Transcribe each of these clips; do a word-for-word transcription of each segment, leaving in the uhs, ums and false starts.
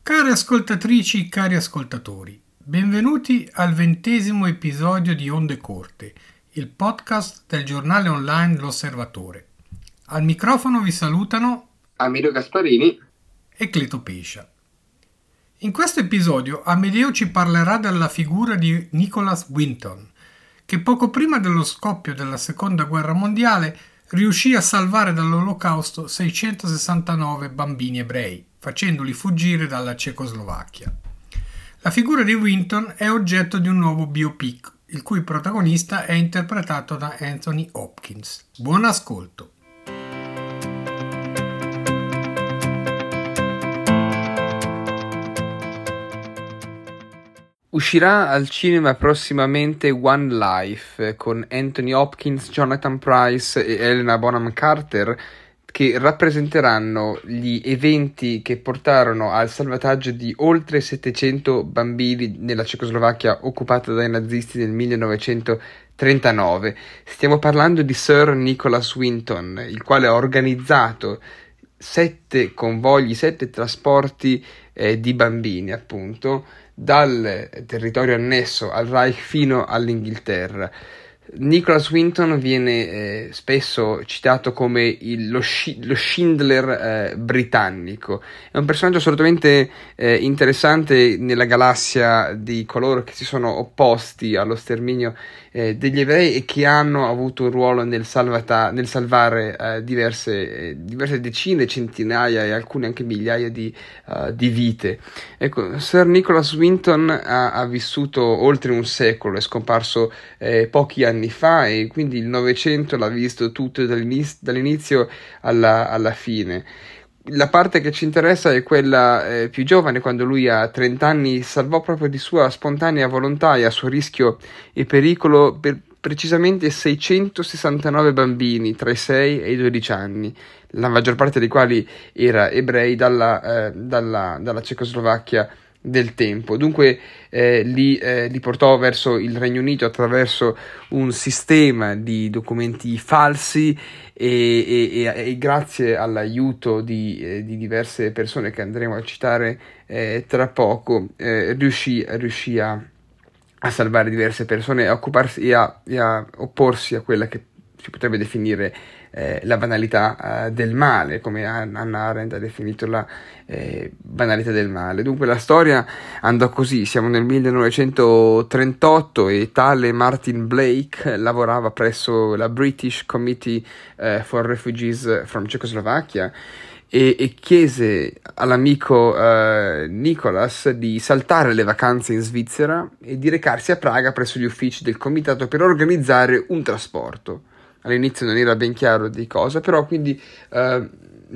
Care ascoltatrici, cari ascoltatori, benvenuti al ventesimo episodio di Onde Corte, il podcast del giornale online L'Osservatore. Al microfono vi salutano Amedeo Gasparini e Cleto Pescia. In questo episodio Amedeo ci parlerà della figura di Nicholas Winton, che poco prima dello scoppio della Seconda Guerra Mondiale riuscì a salvare dall'Olocausto seicentosessantanove bambini ebrei, facendoli fuggire dalla Cecoslovacchia. La figura di Winton è oggetto di un nuovo biopic, il cui protagonista è interpretato da Anthony Hopkins. Buon ascolto! Uscirà al cinema prossimamente One Life con Anthony Hopkins, Jonathan Pryce e Helena Bonham Carter, che rappresenteranno gli eventi che portarono al salvataggio di oltre settecento bambini nella Cecoslovacchia occupata dai nazisti nel millenovecentotrentanove. Stiamo parlando di Sir Nicholas Winton, il quale ha organizzato sette convogli, sette trasporti eh, di bambini, appunto, dal territorio annesso al Reich fino all'Inghilterra. Nicholas Winton viene eh, spesso citato come il, lo, Sch- lo Schindler eh, britannico. È un personaggio assolutamente eh, interessante nella galassia di coloro che si sono opposti allo sterminio eh, degli ebrei e che hanno avuto un ruolo nel, salvata- nel salvare eh, diverse, eh, diverse decine, centinaia e alcune anche migliaia di, uh, di vite. Ecco, Sir Nicholas Winton ha, ha vissuto oltre un secolo, è scomparso eh, pochi anni fa e quindi il Novecento l'ha visto tutto dall'inizio, dall'inizio alla, alla fine. La parte che ci interessa è quella eh, più giovane, quando lui a trenta anni salvò proprio di sua spontanea volontà e a suo rischio e pericolo per precisamente seicentosessantanove bambini tra i sei e i dodici anni, la maggior parte dei quali era ebrei dalla, eh, dalla, dalla Cecoslovacchia del tempo. Dunque eh, li, eh, li portò verso il Regno Unito attraverso un sistema di documenti falsi e, e, e, e grazie all'aiuto di, eh, di diverse persone che andremo a citare eh, tra poco eh, riuscì, riuscì a, a salvare diverse persone e a occuparsi e a, e a opporsi a quella che si potrebbe definire eh, la banalità eh, del male, come Hannah Arendt ha definito la eh, banalità del male. Dunque la storia andò così: siamo nel millenovecentotrentotto e tale Martin Blake lavorava presso la British Committee eh, for Refugees from Czechoslovakia e, e chiese all'amico eh, Nicholas di saltare le vacanze in Svizzera e di recarsi a Praga presso gli uffici del comitato per organizzare un trasporto. All'inizio non era ben chiaro di cosa, però quindi uh,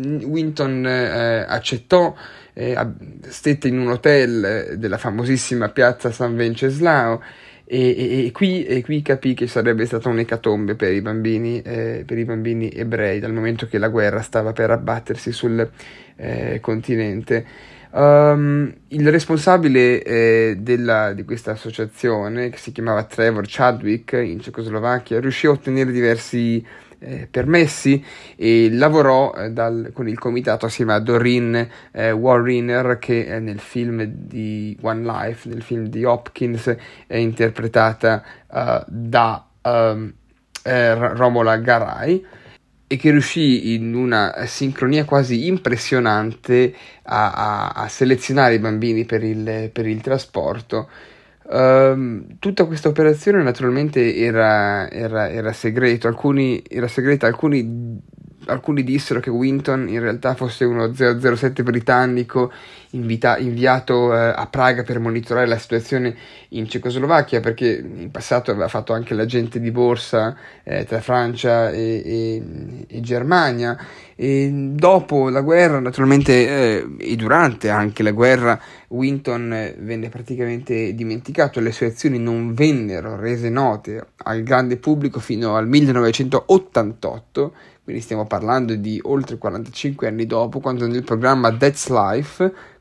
Winton uh, accettò, eh, stette in un hotel della famosissima piazza San Venceslao e, e, e, qui, e qui capì che sarebbe stata un'ecatombe per i bambini, eh, per i bambini ebrei, dal momento che la guerra stava per abbattersi sul eh, continente. Um, il responsabile eh, della, di questa associazione, che si chiamava Trevor Chadwick in Cecoslovacchia, riuscì a ottenere diversi eh, permessi e lavorò eh, dal, con il comitato assieme a Doreen eh, Warriner, che eh, nel film di One Life, nel film di Hopkins, è interpretata uh, da um, eh, Romola Garai, e che riuscì in una sincronia quasi impressionante a, a, a selezionare i bambini per il, per il trasporto. Um, tutta questa operazione naturalmente era, era, era segreto, alcuni, era segreta, alcuni, alcuni dissero che Winton in realtà fosse uno zero zero sette britannico invita, inviato eh, a Praga per monitorare la situazione in Cecoslovacchia, perché in passato aveva fatto anche l'agente di borsa eh, tra Francia e, e, e Germania. E dopo la guerra, naturalmente, eh, e durante anche la guerra, Winton eh, venne praticamente dimenticato, le sue azioni non vennero rese note al grande pubblico fino al millenovecentottantotto, quindi stiamo parlando di oltre quarantacinque anni dopo, quando nel programma That's Life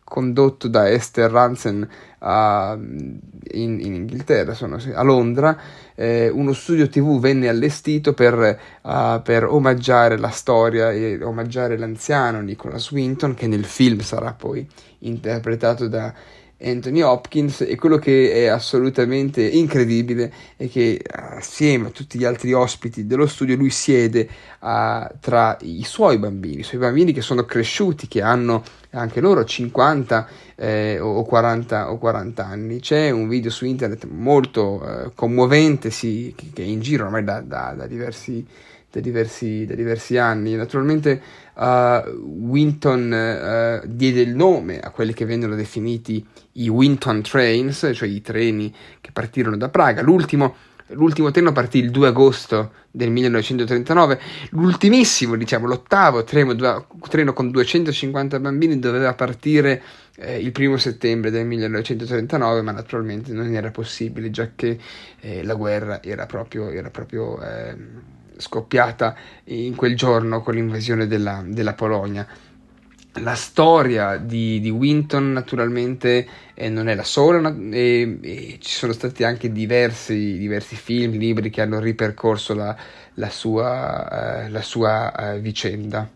condotto da Esther Rantzen a, in, in Inghilterra, sono, a Londra. Eh, uno studio tivù venne allestito per, uh, per omaggiare la storia e omaggiare l'anziano Nicholas Winton, che nel film sarà poi interpretato da Anthony Hopkins. E quello che è assolutamente incredibile è che assieme a tutti gli altri ospiti dello studio lui siede uh, tra i suoi bambini, i suoi bambini che sono cresciuti, che hanno anche loro cinquanta eh, o, quaranta, o quaranta anni. C'è un video su internet molto eh, commovente, sì, che, che è in giro ormai da, da, da diversi Da diversi, da diversi anni. Naturalmente uh, Winton uh, diede il nome a quelli che vennero definiti i Winton Trains, cioè i treni che partirono da Praga. L'ultimo, l'ultimo treno partì il due agosto del millenovecentotrentanove, l'ultimissimo, diciamo l'ottavo treno, treno con duecentocinquanta bambini doveva partire eh, il primo settembre del millenovecentotrentanove, ma naturalmente non era possibile, già che eh, la guerra era proprio, era proprio eh, scoppiata in quel giorno con l'invasione della, della Polonia. La storia di, di Winton naturalmente eh, non è la sola, e, e ci sono stati anche diversi, diversi film, libri che hanno ripercorso la, la sua, eh, la sua eh, vicenda.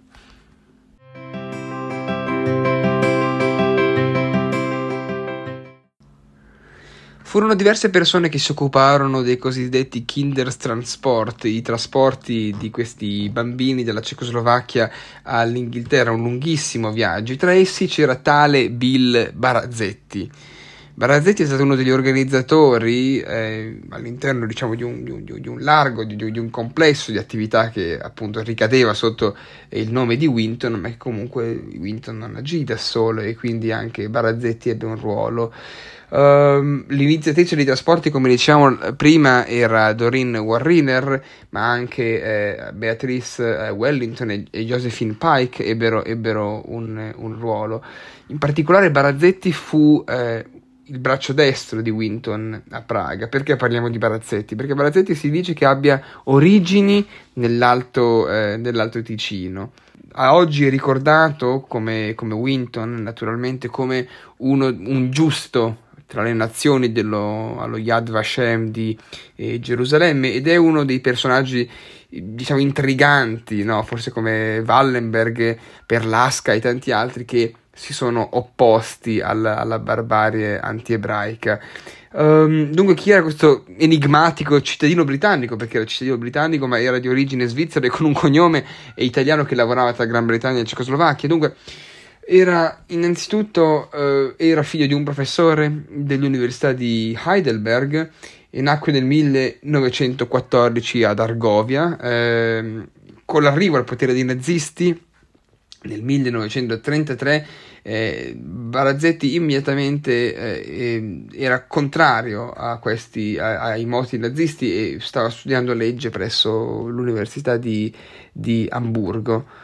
Furono diverse persone che si occuparono dei cosiddetti Kindertransport, i trasporti di questi bambini dalla Cecoslovacchia all'Inghilterra, un lunghissimo viaggio. Tra essi c'era tale Bill Barazzetti. Barazzetti è stato uno degli organizzatori eh, all'interno, diciamo, di un, di un, di un largo, di, di un complesso di attività che appunto ricadeva sotto il nome di Winton, ma che comunque Winton non agì da solo, e quindi anche Barazzetti ebbe un ruolo. Uh, l'iniziatrice dei trasporti, come diciamo prima, era Doreen Warriner, ma anche eh, Beatrice eh, Wellington e, e Josephine Pike ebbero, ebbero un, un ruolo. In particolare Barazzetti fu eh, il braccio destro di Winton a Praga. Perché parliamo di Barazzetti? Perché Barazzetti si dice che abbia origini nell'Alto, eh, nell'Alto Ticino. A oggi è ricordato come, come Winton, naturalmente come uno, un giusto tra le nazioni dello, allo Yad Vashem di eh, Gerusalemme, ed è uno dei personaggi, diciamo, intriganti, no? Forse come Wallenberg, Perlasca e tanti altri che si sono opposti alla, alla barbarie anti-ebraica. Um, dunque, chi era questo enigmatico cittadino britannico? Perché era cittadino britannico, ma era di origine svizzera e con un cognome italiano che lavorava tra Gran Bretagna e Cecoslovacchia. Dunque, era innanzitutto eh, era figlio di un professore dell'Università di Heidelberg e nacque nel millenovecentoquattordici ad Argovia. Eh, con l'arrivo al potere dei nazisti nel millenovecentotrentatré eh, Barazzetti immediatamente eh, era contrario a questi, a, ai moti nazisti, e stava studiando legge presso l'Università di, di Amburgo.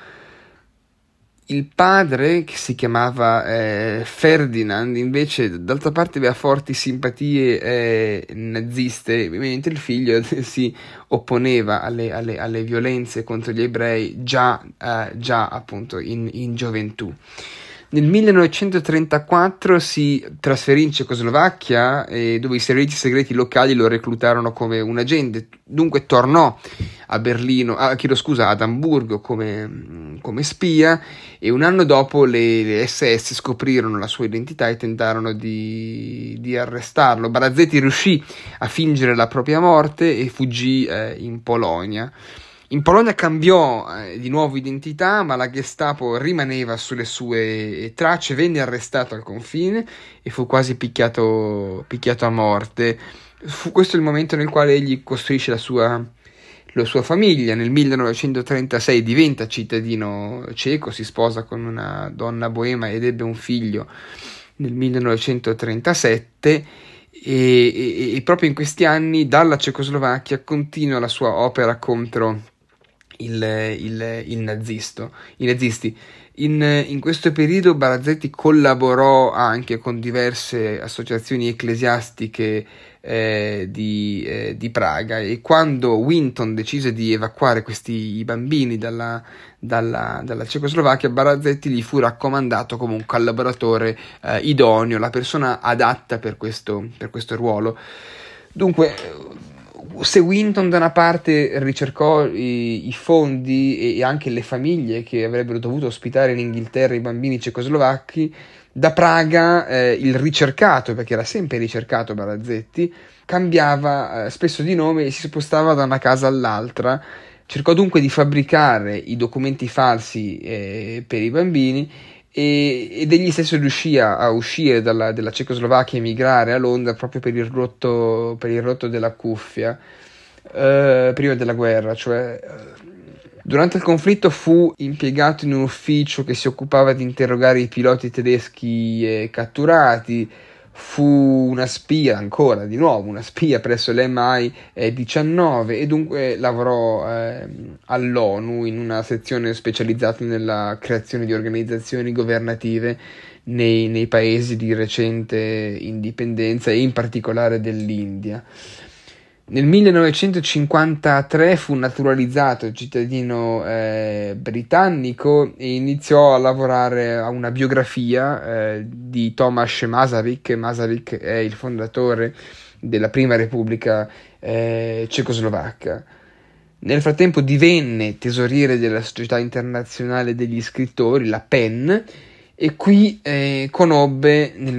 Il padre, che si chiamava eh, Ferdinand, invece d'altra parte aveva forti simpatie eh, naziste, mentre il figlio si opponeva alle, alle, alle violenze contro gli ebrei già, eh, già appunto in, in gioventù. Nel millenovecentotrentaquattro si trasferì in Cecoslovacchia, eh, dove i servizi segreti locali lo reclutarono come un agente. Dunque tornò a Berlino, ah, chiedo scusa, ad Amburgo come, come spia, e un anno dopo le, le esse esse scoprirono la sua identità e tentarono di, di arrestarlo. Barazzetti riuscì a fingere la propria morte e fuggì eh, in Polonia. In Polonia cambiò eh, di nuovo identità, ma la Gestapo rimaneva sulle sue tracce, venne arrestato al confine e fu quasi picchiato, picchiato a morte. Fu questo il momento nel quale egli costruisce la sua, la sua famiglia. Nel millenovecentotrentasei diventa cittadino ceco, si sposa con una donna boema ed ebbe un figlio nel millenovecentotrentasette. E, e, e proprio in questi anni dalla Cecoslovacchia continua la sua opera contro il, il, il nazisto, i nazisti. In, in questo periodo Barazzetti collaborò anche con diverse associazioni ecclesiastiche eh, di, eh, di Praga, e quando Winton decise di evacuare questi bambini dalla, dalla, dalla Cecoslovacchia, Barazzetti gli fu raccomandato come un collaboratore eh, idoneo, la persona adatta per questo, per questo ruolo. Dunque, se Winton da una parte ricercò i, i fondi e anche le famiglie che avrebbero dovuto ospitare in Inghilterra i bambini cecoslovacchi, da Praga eh, il ricercato, perché era sempre ricercato Barazzetti, cambiava eh, spesso di nome e si spostava da una casa all'altra. Cercò dunque di fabbricare i documenti falsi eh, per i bambini, e, ed egli stesso riuscì a, a uscire dalla, dalla Cecoslovacchia e emigrare a Londra proprio per il rotto, per il rotto della cuffia, eh, prima della guerra, cioè... Eh, Durante il conflitto fu impiegato in un ufficio che si occupava di interrogare i piloti tedeschi eh, catturati, fu una spia, ancora di nuovo una spia presso l'M I diciannove, e dunque lavorò eh, all'ONU in una sezione specializzata nella creazione di organizzazioni governative nei, nei paesi di recente indipendenza e in particolare dell'India. Nel millenovecentocinquantatré fu naturalizzato cittadino eh, britannico e iniziò a lavorare a una biografia eh, di Tomasz Masaryk. Masaryk è il fondatore della prima repubblica eh, cecoslovacca. Nel frattempo divenne tesoriere della Società Internazionale degli Scrittori, la PEN, e qui eh, conobbe nel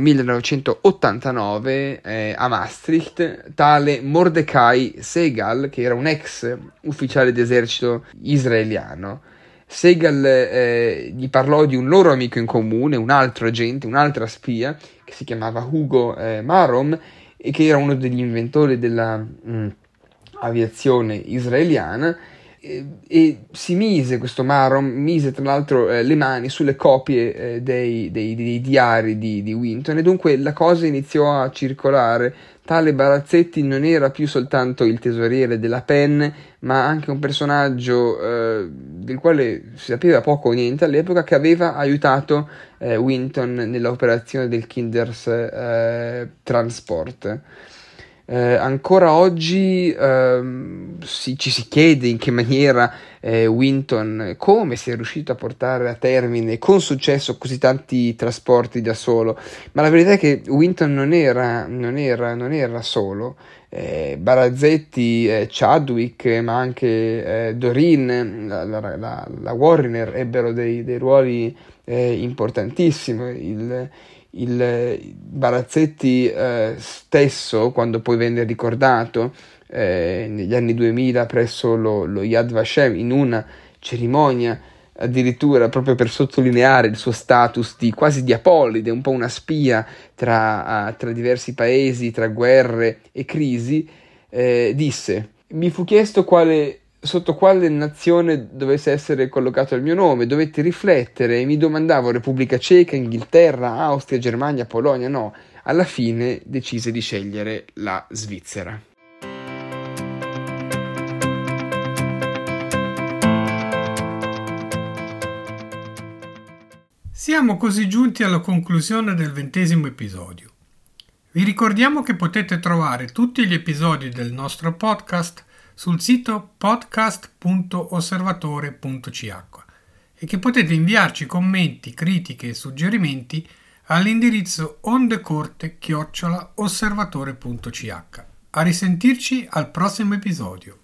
millenovecentottantanove eh, a Maastricht tale Mordecai Segal, che era un ex ufficiale d'esercito israeliano. Segal eh, gli parlò di un loro amico in comune, un altro agente, un'altra spia, che si chiamava Hugo eh, Marom, e che era uno degli inventori della mh, aviazione israeliana. E, e si mise, questo Marom mise tra l'altro eh, le mani sulle copie eh, dei, dei, dei diari di, di Winton, e dunque la cosa iniziò a circolare. Tale Barazzetti non era più soltanto il tesoriere della PEN, ma anche un personaggio eh, del quale si sapeva poco o niente all'epoca, che aveva aiutato eh, Winton nell'operazione del Kinders eh, Transport. Eh, ancora oggi ehm, si, ci si chiede in che maniera eh, Winton, come sia riuscito a portare a termine con successo così tanti trasporti da solo, ma la verità è che Winton non era, non era, non era solo. Eh, Barazzetti, eh, Chadwick, ma anche eh, Doreen, la, la, la, la Warner ebbero dei, dei ruoli eh, importantissimi. Il, il Barazzetti eh, stesso, quando poi venne ricordato eh, negli anni duemila presso lo, lo Yad Vashem, in una cerimonia addirittura proprio per sottolineare il suo status di quasi di apolide, un po' una spia tra, uh, tra diversi paesi, tra guerre e crisi, eh, disse: mi fu chiesto quale sotto quale nazione dovesse essere collocato il mio nome, dovetti riflettere e mi domandavo Repubblica Ceca, Inghilterra, Austria, Germania, Polonia. No, alla fine decise di scegliere la Svizzera. Siamo così giunti alla conclusione del ventesimo episodio. Vi ricordiamo che potete trovare tutti gli episodi del nostro podcast sul sito podcast punto osservatore punto c h e che potete inviarci commenti, critiche e suggerimenti all'indirizzo ondecorte chiocciola osservatore punto c h. A risentirci al prossimo episodio.